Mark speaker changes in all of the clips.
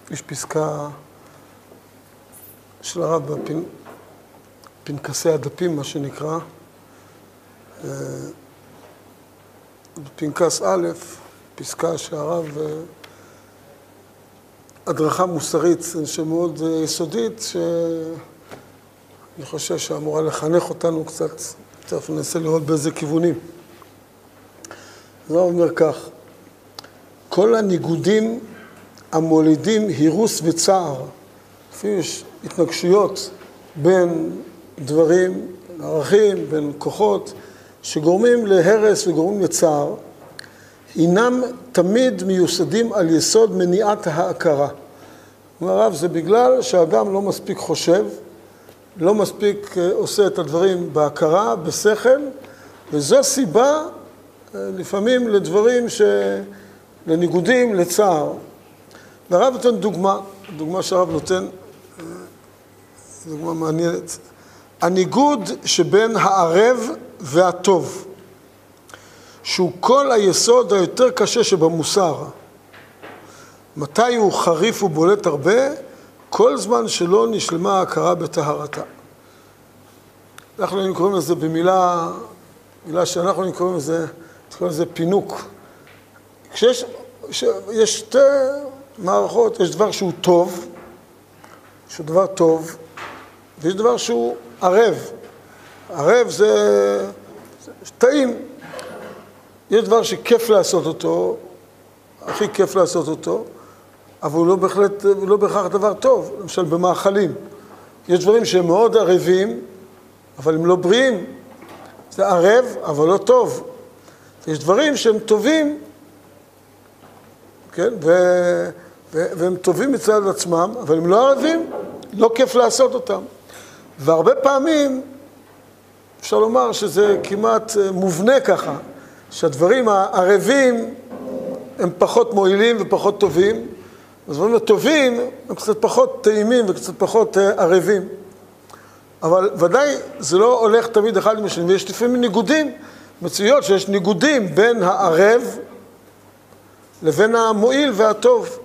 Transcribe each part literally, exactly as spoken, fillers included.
Speaker 1: יש פסקה של הרב בפנקסי הדפים, מה שנקרא, בפנקס א', פסקה שהרב, הדרכה מוסרית שמאוד יסודית, שאני חושב שאמורה לחנך אותנו קצת, תכף ננסה לראות באיזה כיוונים. זה אומר כך, כל הניגודים המולידים הירוס וצער, לפעמים יש התנגשויות בין דברים, ערכים, בין כוחות, שגורמים להרס וגורמים לצער, אינם תמיד מיוסדים על יסוד מניעת ההכרה. אומר הרב, זה בגלל שהאדם לא מספיק חושב, לא מספיק עושה את הדברים בהכרה, בשכל, וזו סיבה לפעמים לדברים, ש... לניגודים, לצער. והרב נותן דוגמה, דוגמה שהרב נותן, דוגמה מעניינת. הניגוד שבין הערב והטוב, שהוא כל היסוד היותר קשה שבמוסר. מתי הוא חריף ובולט הרבה? כל זמן שלא נשלמה ההכרה בטהרתה. אנחנו קוראים לזה במילה, מילה שאנחנו קוראים לזה, קוראים לזה פינוק. כשיש יש שתי מערכות, יש דבר שהוא טוב, שהוא דבר טוב, ויש דבר שהוא ערב. ערב זה, זה טעים. יש דבר שכיף לעשות אותו, הכי כיף לעשות אותו, אבל הוא לא בהחלט, הוא לא בהכרח דבר טוב, למשל במאכלים. יש דברים שהם מאוד ערבים, אבל הם לא בריאים. זה ערב, אבל לא טוב. יש דברים שהם טובים, כן? ו... ו... והם טובים מצד עצמם, אבל הם לא ערבים, לא כיף לעשות אותם. והרבה פעמים אפשר לומר שזה כמעט מובנה ככה, שהדברים הערבים הם פחות מועילים ופחות טובים, הדברים הטובים הם קצת פחות טעימים וקצת פחות ערבים. אבל ודאי זה לא הולך תמיד אחד עם השני, ויש לפעמים ניגודים, מצויות שיש ניגודים בין הערב לבין המועיל והטוב.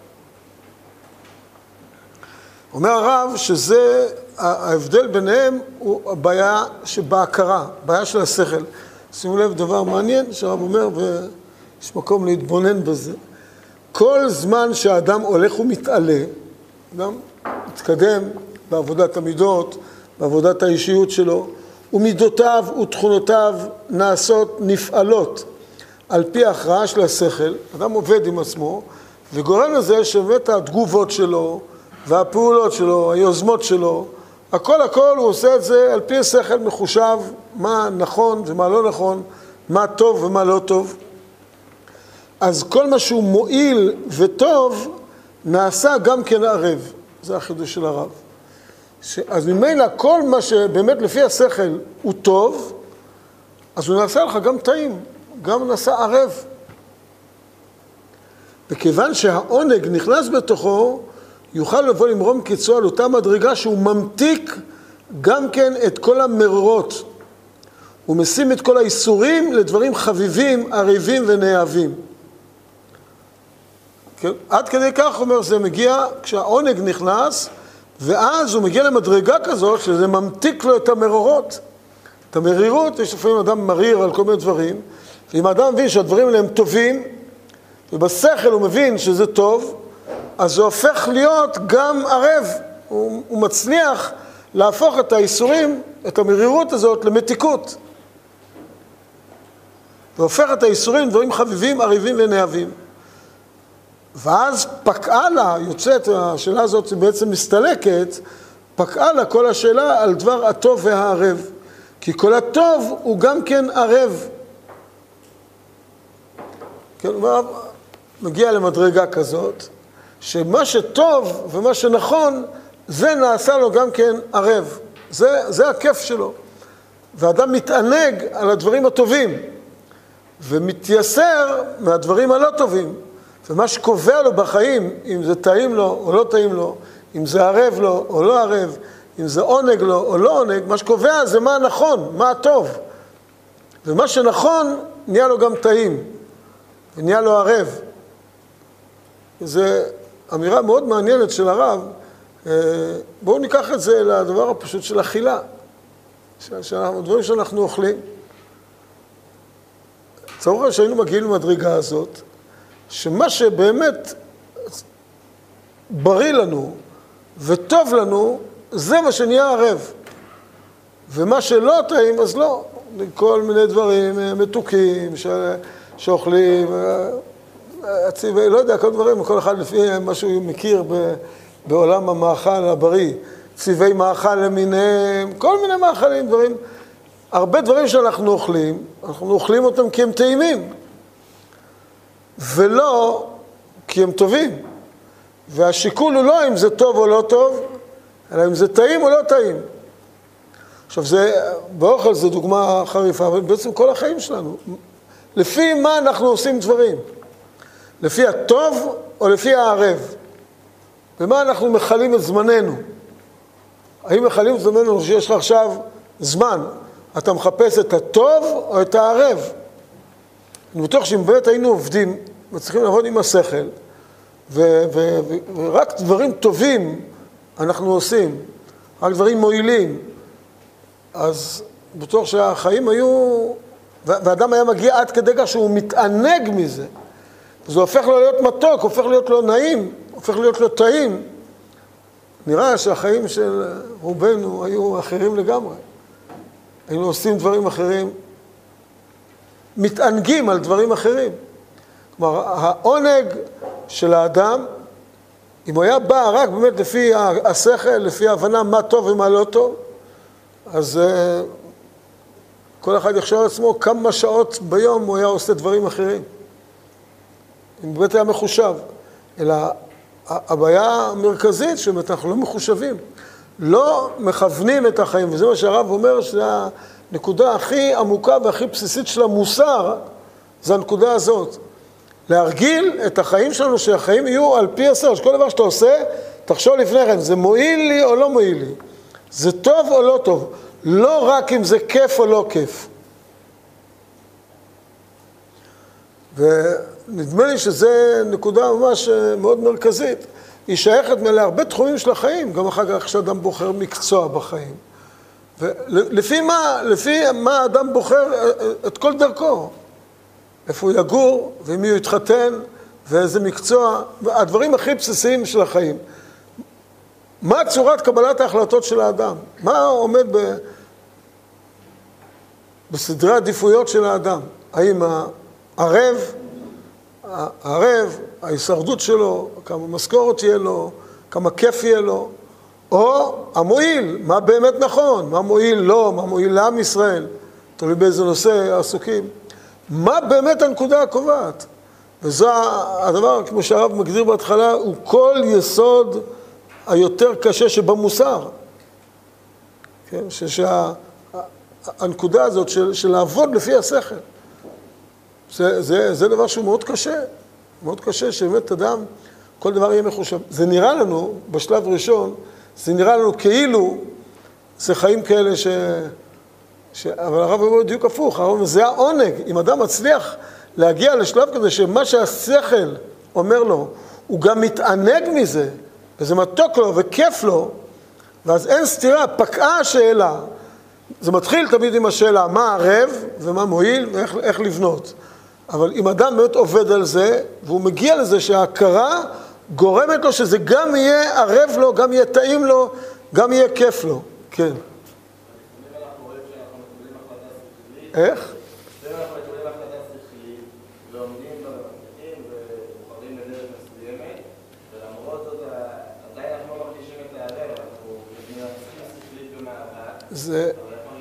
Speaker 1: אומר הרב שזה, ההבדל ביניהם הוא הבעיה שבהכרה, בעיה של השכל. שימו לב דבר מעניין שהרב אומר, ויש מקום להתבונן בזה. כל זמן שהאדם הולך ומתעלה, אדם מתקדם בעבודת המידות, בעבודת האישיות שלו, ומידותיו ותכונותיו נעשות נפעלות על פי ההכרעה של השכל. אדם עובד עם עצמו, וגורם לזה שבאמת התגובות שלו, והפעולות שלו, היוזמות שלו, הכל הכל הוא עושה את זה על פי השכל מחושב, מה נכון ומה לא נכון, מה טוב ומה לא טוב. אז כל מה שהוא מועיל וטוב, נעשה גם כן ערב. זה החידוש של הרב. אז ממילא כל מה שבאמת לפי השכל הוא טוב, אז הוא נעשה לך גם טעים, גם נעשה ערב. וכיוון שהעונג נכנס בתוכו, יוכל לבוא למרום קיצו על אותה מדרגה שהוא ממתיק גם כן את כל המרורות. הוא משים את כל האיסורים לדברים חביבים, ערבים ונאהבים. כן? עד כדי כך אומר, זה מגיע כשהעונג נכנס, ואז הוא מגיע למדרגה כזאת שזה ממתיק לו את המרורות. את המרירות, יש לפעמים אדם מריר על כל מיני דברים, ואם האדם מבין שהדברים האלה הם טובים, ובשכל הוא מבין שזה טוב, אז זה הופך להיות גם ערב. הוא, הוא מצליח להפוך את האיסורים, את המרירות הזאת, למתיקות. והופך את האיסורים דברים חביבים, ערבים ונאהבים. ואז פקעה לה, יוצאת, השאלה הזאת בעצם מסתלקת, פקעה לה כל השאלה על דבר הטוב והערב. כי כל הטוב הוא גם כן ערב. כן, מגיע למדרגה כזאת, שמה שטוב ומה שנכון, זה נעשה לו גם כן ערב. זה, זה הכיף שלו. ואדם מתענג על הדברים הטובים, ומתייסר מהדברים הלא טובים. ומה שקובע לו בחיים, אם זה טעים לו או לא טעים לו, אם זה ערב לו או לא ערב, אם זה עונג לו או לא עונג, מה שקובע זה מה נכון, מה הטוב. ומה שנכון נהיה לו גם טעים, ונהיה לו ערב. זה אמירה מאוד מעניינת של הרב, בואו ניקח את זה לדבר הפשוט של אכילה, הדברים שאנחנו אוכלים. צורך שהיינו מגיעים למדרגה הזאת, שמה שבאמת בריא לנו וטוב לנו, זה מה שנהיה ערב. ומה שלא טעים, אז לא. כל מיני דברים מתוקים שאוכלים, לא יודע, כל דברים, כל אחד לפי מה שהוא מכיר בעולם המאכל הבריא, צבעי מאכל למיניהם, כל מיני מאכלים, דברים. הרבה דברים שאנחנו אוכלים, אנחנו אוכלים אותם כי הם טעימים, ולא כי הם טובים. והשיקול הוא לא אם זה טוב או לא טוב, אלא אם זה טעים או לא טעים. עכשיו, זה, באוכל זה דוגמה חריפה, אבל בעצם כל החיים שלנו. לפי מה אנחנו עושים דברים? לפי הטוב או לפי הערב? במה אנחנו מחלים את זמננו? האם מחלים את זמננו שיש לך עכשיו זמן? אתה מחפש את הטוב או את הערב? אני בטוח שאם באמת היינו עובדים, מצליחים לעבוד עם השכל, ו- ו- ו- ורק דברים טובים אנחנו עושים, רק דברים מועילים, אז בטוח שהחיים היו, ואדם היה מגיע עד כדי כך שהוא מתענג מזה. זה הופך לו להיות מתוק, הופך להיות לו נעים, הופך להיות לו טעים. נראה שהחיים של רובנו היו אחרים לגמרי. היינו עושים דברים אחרים, מתענגים על דברים אחרים. כלומר, העונג של האדם, אם הוא היה בא רק באמת לפי השכל, לפי ההבנה מה טוב ומה לא טוב, אז כל אחד יחשוב עצמו כמה שעות ביום הוא היה עושה דברים אחרים. אם באמת היה מחושב. אלא הבעיה המרכזית שבאמת אנחנו לא מחושבים. לא מכוונים את החיים, וזה מה שהרב אומר, שזה הנקודה הכי עמוקה והכי בסיסית של המוסר, זה הנקודה הזאת. להרגיל את החיים שלנו, שהחיים יהיו על פי הסר, שכל דבר שאתה עושה, תחשוב לפני כן, זה מועיל לי או לא מועיל לי? זה טוב או לא טוב? לא רק אם זה כיף או לא כיף. ונדמה לי שזה נקודה ממש מאוד מרכזית. היא שייכת להרבה תחומים של החיים, גם אחר כך שאדם בוחר מקצוע בחיים. ולפי מה, לפי מה האדם בוחר את כל דרכו. איפה הוא יגור, ומי הוא יתחתן, ואיזה מקצוע, הדברים הכי בסיסיים של החיים. מה צורת קבלת ההחלטות של האדם? מה עומד ב... בסדרי עדיפויות של האדם? האם הערב, הערב, ההישרדות שלו, כמה משכורת יהיה לו, כמה כיף יהיה לו, או המועיל, מה באמת נכון, מה מועיל לו, מה מועיל לעם ישראל, תלוי באיזה נושא עסוקים. מה באמת הנקודה הקובעת? וזה הדבר, כמו שהרב מגדיר בהתחלה, הוא כל יסוד היותר קשה שבמוסר. כן? שהנקודה הזאת של, של לעבוד לפי השכל. זה, זה, זה דבר שהוא מאוד קשה. מאוד קשה שבאמת אדם, כל דבר יהיה מחושב. זה נראה לנו, בשלב ראשון, זה נראה לנו כאילו זה חיים כאלה ש... ש... אבל הרב אומר בדיוק הפוך, הרב אומר, זה העונג. אם אדם מצליח להגיע לשלב כזה שמה שהשכל אומר לו, הוא גם מתענג מזה, וזה מתוק לו וכיף לו, ואז אין סתירה, פקעה השאלה. זה מתחיל תמיד עם השאלה, מה ערב ומה מועיל ואיך איך לבנות. אבל אם אדם באמת עובד על זה, והוא מגיע לזה שההכרה גורמת לו שזה גם יהיה ערב לו, גם יהיה טעים לו, גם יהיה כיף לו. כן. איך? זה,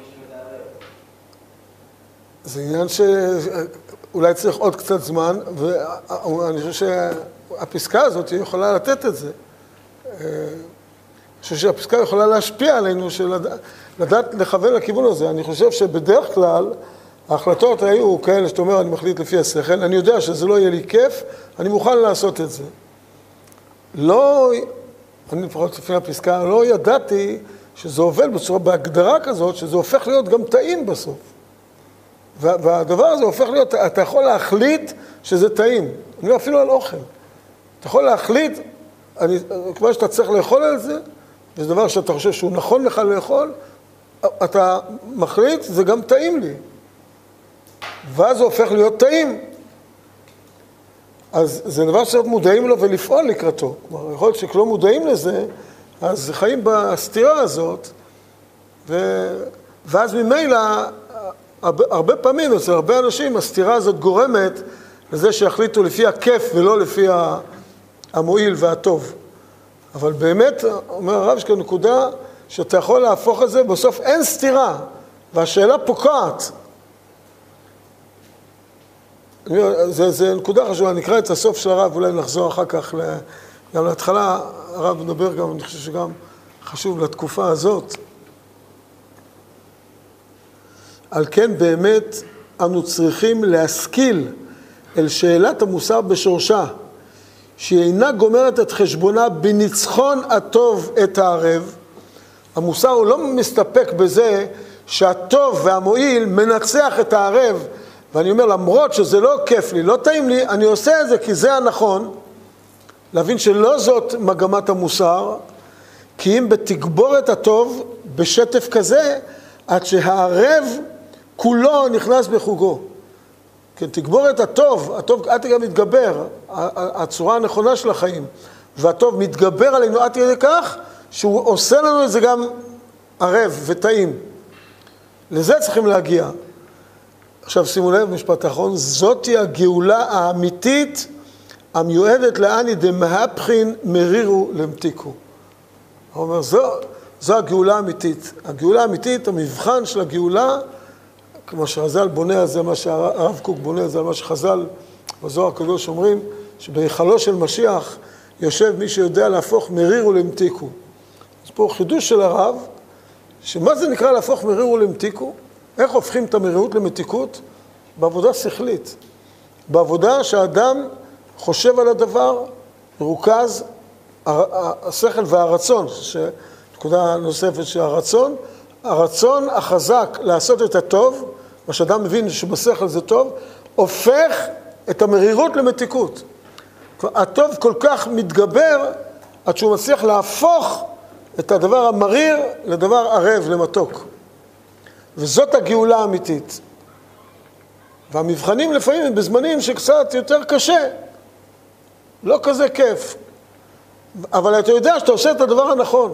Speaker 1: זה עניין שאולי צריך עוד קצת זמן, ואני חושב שהפסקה הזאת יכולה לתת את זה. אני חושב שהפסקה יכולה להשפיע עלינו, לדעת לכוון לכיוון הזה. אני חושב שבדרך כלל ההחלטות היו כאלה שאתה אומר, אני מחליט לפי השכל, אני יודע שזה לא יהיה לי כיף, אני מוכן לעשות את זה. לא, אני לפחות לפני הפסקה, לא ידעתי שזה עובד בצורה, בהגדרה כזאת, שזה הופך להיות גם טעים בסוף. והדבר הזה הופך להיות, אתה יכול להחליט שזה טעים. אני לא אפילו על אוכל. אתה יכול להחליט אני, כמו שאתה צריך לאכול על זה, וזה דבר שאתה חושב שהוא נכון לך לאכול, אתה מחליט, זה גם טעים לי. ואז זה הופך להיות טעים. אז זה דבר שאתם מודעים לו ולפעול לקראתו. כלומר, יכול להיות שכלא מודעים לזה, אז חיים בסתירה הזאת, ו... ואז ממילא, הרבה, הרבה פעמים, אצל הרבה אנשים, הסתירה הזאת גורמת לזה שיחליטו לפי הכיף ולא לפי המועיל והטוב. אבל באמת, אומר הרב, יש כאן נקודה שאתה יכול להפוך את זה, בסוף אין סתירה, והשאלה פוקעת. זה, זה נקודה חשובה, נקרא את הסוף של הרב, אולי נחזור אחר כך, גם להתחלה, הרב מדבר גם, אני חושב שגם חשוב לתקופה הזאת. על כן באמת אנו צריכים להשכיל אל שאלת המוסר בשורשה, שהיא אינה גומרת את חשבונה בניצחון הטוב את הערב. המוסר הוא לא מסתפק בזה שהטוב והמועיל מנצח את הערב, ואני אומר, למרות שזה לא כיף לי, לא טעים לי, אני עושה את זה כי זה הנכון. להבין שלא זאת מגמת המוסר, כי אם בתגבורת הטוב, בשטף כזה, עד שהערב כולו נכנס בחוגו. כן, תגבורת הטוב, הטוב עד גם מתגבר, הצורה הנכונה של החיים, והטוב מתגבר עלינו עד כדי כך, שהוא עושה לנו את זה גם ערב וטעים. לזה צריכים להגיע. עכשיו שימו לב, משפט האחרון, זאתי הגאולה האמיתית, המיועדת לאני דמהפכין מרירו למתיקו. הוא אומר, זו, זו הגאולה האמיתית. הגאולה האמיתית, המבחן של הגאולה, כמו שחז"ל בונה על זה, מה שהרב קוק בונה על זה, מה שחז"ל בזוהר הקדוש אומרים, שבהיכלו של משיח יושב מי שיודע להפוך מרירו למתיקו. אז פה חידוש של הרב, שמה זה נקרא להפוך מרירו למתיקו? איך הופכים את המרירות למתיקות? בעבודה שכלית. בעבודה שהאדם חושב על הדבר, מרוכז, השכל והרצון, שנקודה נוספת של הרצון, הרצון החזק לעשות את הטוב, מה שאדם מבין שבשכל זה טוב, הופך את המרירות למתיקות. הטוב כל כך מתגבר עד שהוא מצליח להפוך את הדבר המריר לדבר ערב, למתוק. וזאת הגאולה האמיתית. והמבחנים לפעמים הם בזמנים שקצת יותר קשה. לא כזה כיף. אבל אתה יודע שאתה עושה את הדבר הנכון.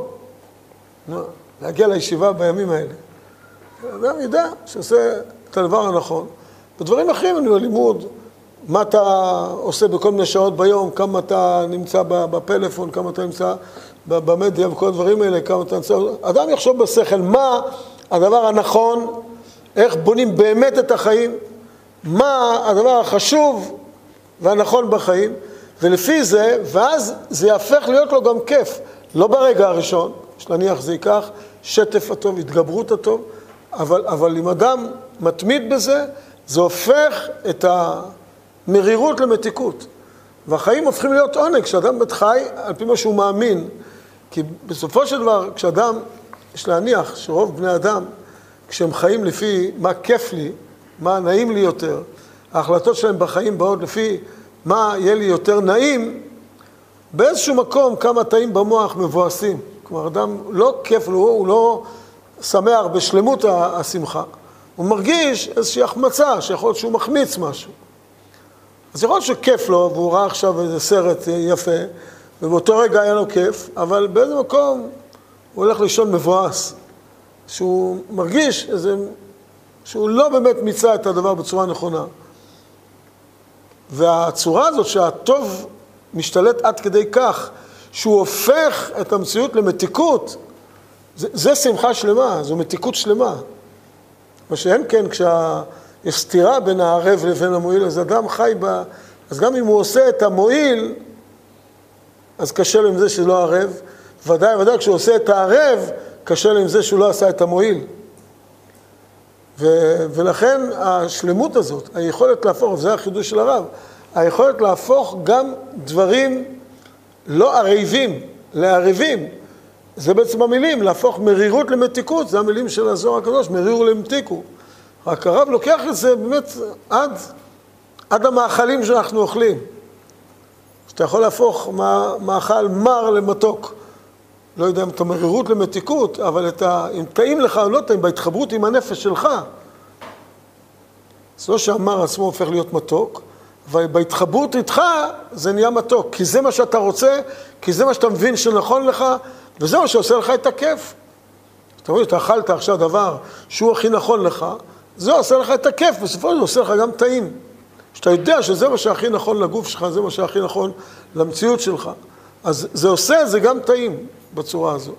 Speaker 1: להגיע לישיבה בימים האלה. אדם ידע שעושה את הדבר הנכון. בדברים אחרים אני בלימוד, מה אתה עושה בכל מיני שעות ביום, כמה אתה נמצא בפלאפון, כמה אתה נמצא במדיה וכל הדברים האלה, כמה אתה נמצא... אדם יחשוב בשכל מה הדבר הנכון, איך בונים באמת את החיים, מה הדבר החשוב והנכון בחיים, ולפי זה, ואז זה יהפך להיות לו גם כיף. לא ברגע הראשון, שנניח זה ייקח שטף הטוב, התגברות הטוב, אבל, אבל אם אדם מתמיד בזה, זה הופך את המרירות למתיקות. והחיים הופכים להיות עונג, כשאדם בת חי על פי מה שהוא מאמין. כי בסופו של דבר, כשאדם, יש להניח שרוב בני אדם, כשהם חיים לפי מה כיף לי, מה נעים לי יותר, ההחלטות שלהם בחיים באות לפי מה יהיה לי יותר נעים, באיזשהו מקום כמה תאים במוח מבואסים. כלומר, אדם לא כיף לו, הוא לא שמח בשלמות השמחה. הוא מרגיש איזושהי החמצה, שיכול להיות שהוא מחמיץ משהו. אז יכול להיות שכיף לו, והוא ראה עכשיו איזה סרט יפה, ובאותו רגע היה לו כיף, אבל באיזה מקום הוא הולך לישון מבואס, שהוא מרגיש איזה, שהוא לא באמת מיצה את הדבר בצורה נכונה. והצורה הזאת שהטוב משתלט עד כדי כך, שהוא הופך את המציאות למתיקות, זה, זה שמחה שלמה, זו מתיקות שלמה. מה שאין כן, כשיש סתירה בין הערב לבין המועיל, אז אדם חי בה, אז גם אם הוא עושה את המועיל, אז קשה לו עם זה שלא ערב, ודאי ודאי כשהוא עושה את הערב, קשה לו עם זה שהוא לא עשה את המועיל. ו- ולכן השלמות הזאת, היכולת להפוך, וזה החידוש של הרב, היכולת להפוך גם דברים לא ערבים, לערבים, זה בעצם המילים, להפוך מרירות למתיקות, זה המילים של הזוהר הקדוש, מרירו למתיקו. רק הרב לוקח את זה באמת עד, עד המאכלים שאנחנו אוכלים. שאתה יכול להפוך מאכל מר למתוק. לא יודע אם אתה מרירות למתיקות, אבל אתה, אם טעים לך או לא טעים, בהתחברות עם הנפש שלך, זה לא שהמר עצמו הופך להיות מתוק, אבל בהתחברות איתך זה נהיה מתוק, כי זה מה שאתה רוצה, כי זה מה שאתה מבין שנכון לך, וזה מה שעושה לך את הכיף. אתה רואה, אתה אכלת עכשיו דבר שהוא הכי נכון לך, זה עושה לך את הכיף, בסופו של דבר עושה לך גם טעים. שאתה יודע שזה מה שהכי נכון לגוף שלך, זה מה שהכי נכון למציאות שלך. אז זה עושה, זה גם טעים בצורה הזאת.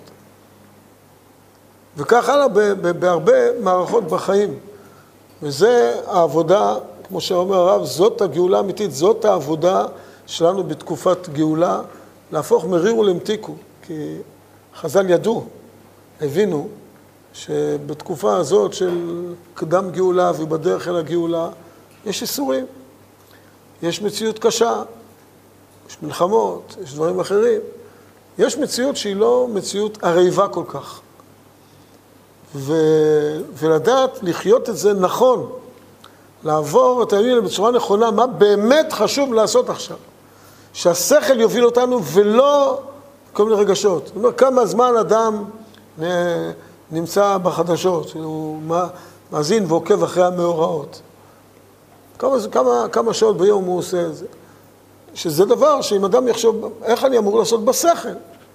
Speaker 1: וכך הלאה בהרבה מערכות בחיים. וזה העבודה, כמו שאומר הרב, זאת הגאולה האמיתית, זאת העבודה שלנו בתקופת גאולה, להפוך מרירו למתיקו. כי חז"ל ידעו, הבינו, שבתקופה הזאת של קדם גאולה ובדרך אל הגאולה, יש איסורים, יש מציאות קשה, יש מלחמות, יש דברים אחרים. יש מציאות שהיא לא מציאות ערבה כל כך. ו... ולדעת לחיות את זה נכון, לעבור את הימים בצורה נכונה, מה באמת חשוב לעשות עכשיו. שהשכל יוביל אותנו ולא כל מיני רגשות. זאת אומרת, כמה זמן אדם נמצא בחדשות, הוא מאזין ועוקב אחרי המאורעות. כמה, כמה, כמה שעות ביום הוא עושה את זה. שזה דבר שאם אדם יחשוב, איך אני אמור לעשות בשכל?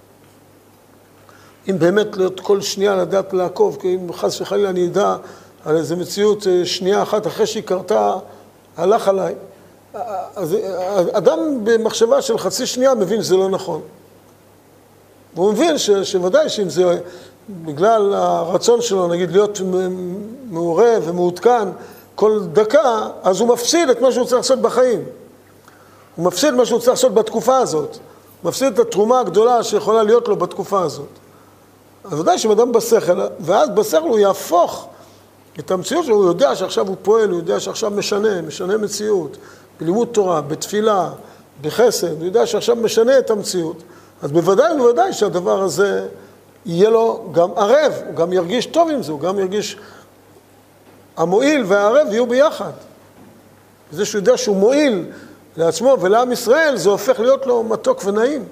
Speaker 1: אם באמת להיות כל שנייה לדעת לעקוב, כי אם חס וחלילה אני אדע על איזו מציאות שנייה אחת אחרי שהיא קרתה, הלך עליי. אז אדם במחשבה של חצי שנייה מבין שזה לא נכון. והוא מבין ש, שוודאי שאם זה בגלל הרצון שלו, נגיד, להיות מעורב ומעודכן כל דקה, אז הוא מפסיד את מה שהוא צריך לעשות בחיים. הוא מפסיד מה שהוא צריך לעשות בתקופה הזאת. הוא מפסיד את התרומה הגדולה שיכולה להיות לו בתקופה הזאת. אז ודאי שאדם בשכל, ואז בשכל הוא יהפוך את המציאות שלו, הוא יודע שעכשיו הוא פועל, הוא יודע שעכשיו משנה, משנה מציאות, בלימוד תורה, בתפילה, בחסד, הוא יודע שעכשיו משנה את המציאות. אז בוודאי ובוודאי שהדבר הזה יהיה לו גם ערב, הוא גם ירגיש טוב עם זה, הוא גם ירגיש, המועיל והערב יהיו ביחד. וזה שהוא יודע שהוא מועיל לעצמו ולעם ישראל, זה הופך להיות לו מתוק ונעים.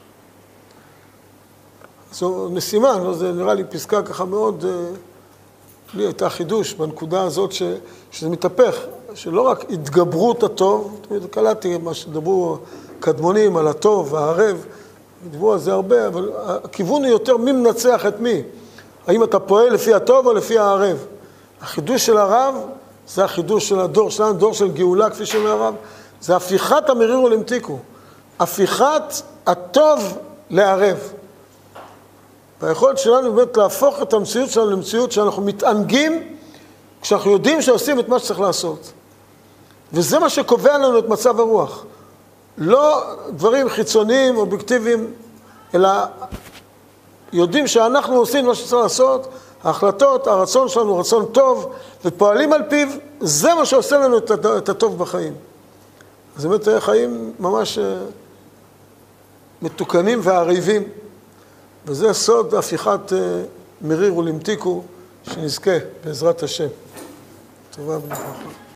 Speaker 1: זו נשימה, לא, זה נראה לי פסקה ככה מאוד, לי הייתה חידוש בנקודה הזאת ש, שזה מתהפך, שלא רק התגברות הטוב, תמיד קלטתי מה שדברו קדמונים על הטוב והערב, דיברו על זה הרבה, אבל הכיוון הוא יותר מי מנצח את מי. האם אתה פועל לפי הטוב או לפי הערב? החידוש של הרב, זה החידוש של הדור שלנו, דור של גאולה, כפי שאומר הרב, זה הפיכת המרירו למתיקו. הפיכת הטוב לערב. והיכולת שלנו באמת להפוך את המציאות שלנו למציאות שאנחנו מתענגים כשאנחנו יודעים שעושים את מה שצריך לעשות. וזה מה שקובע לנו את מצב הרוח. לא דברים חיצוניים, אובייקטיביים, אלא יודעים שאנחנו עושים מה שצריך לעשות, ההחלטות, הרצון שלנו רצון טוב, ופועלים על פיו, זה מה שעושה לנו את הטוב בחיים. אז באמת חיים ממש מתוקנים ועריבים, וזה סוד הפיכת מרירו למתיקו, שנזכה בעזרת השם. טובה וברכה.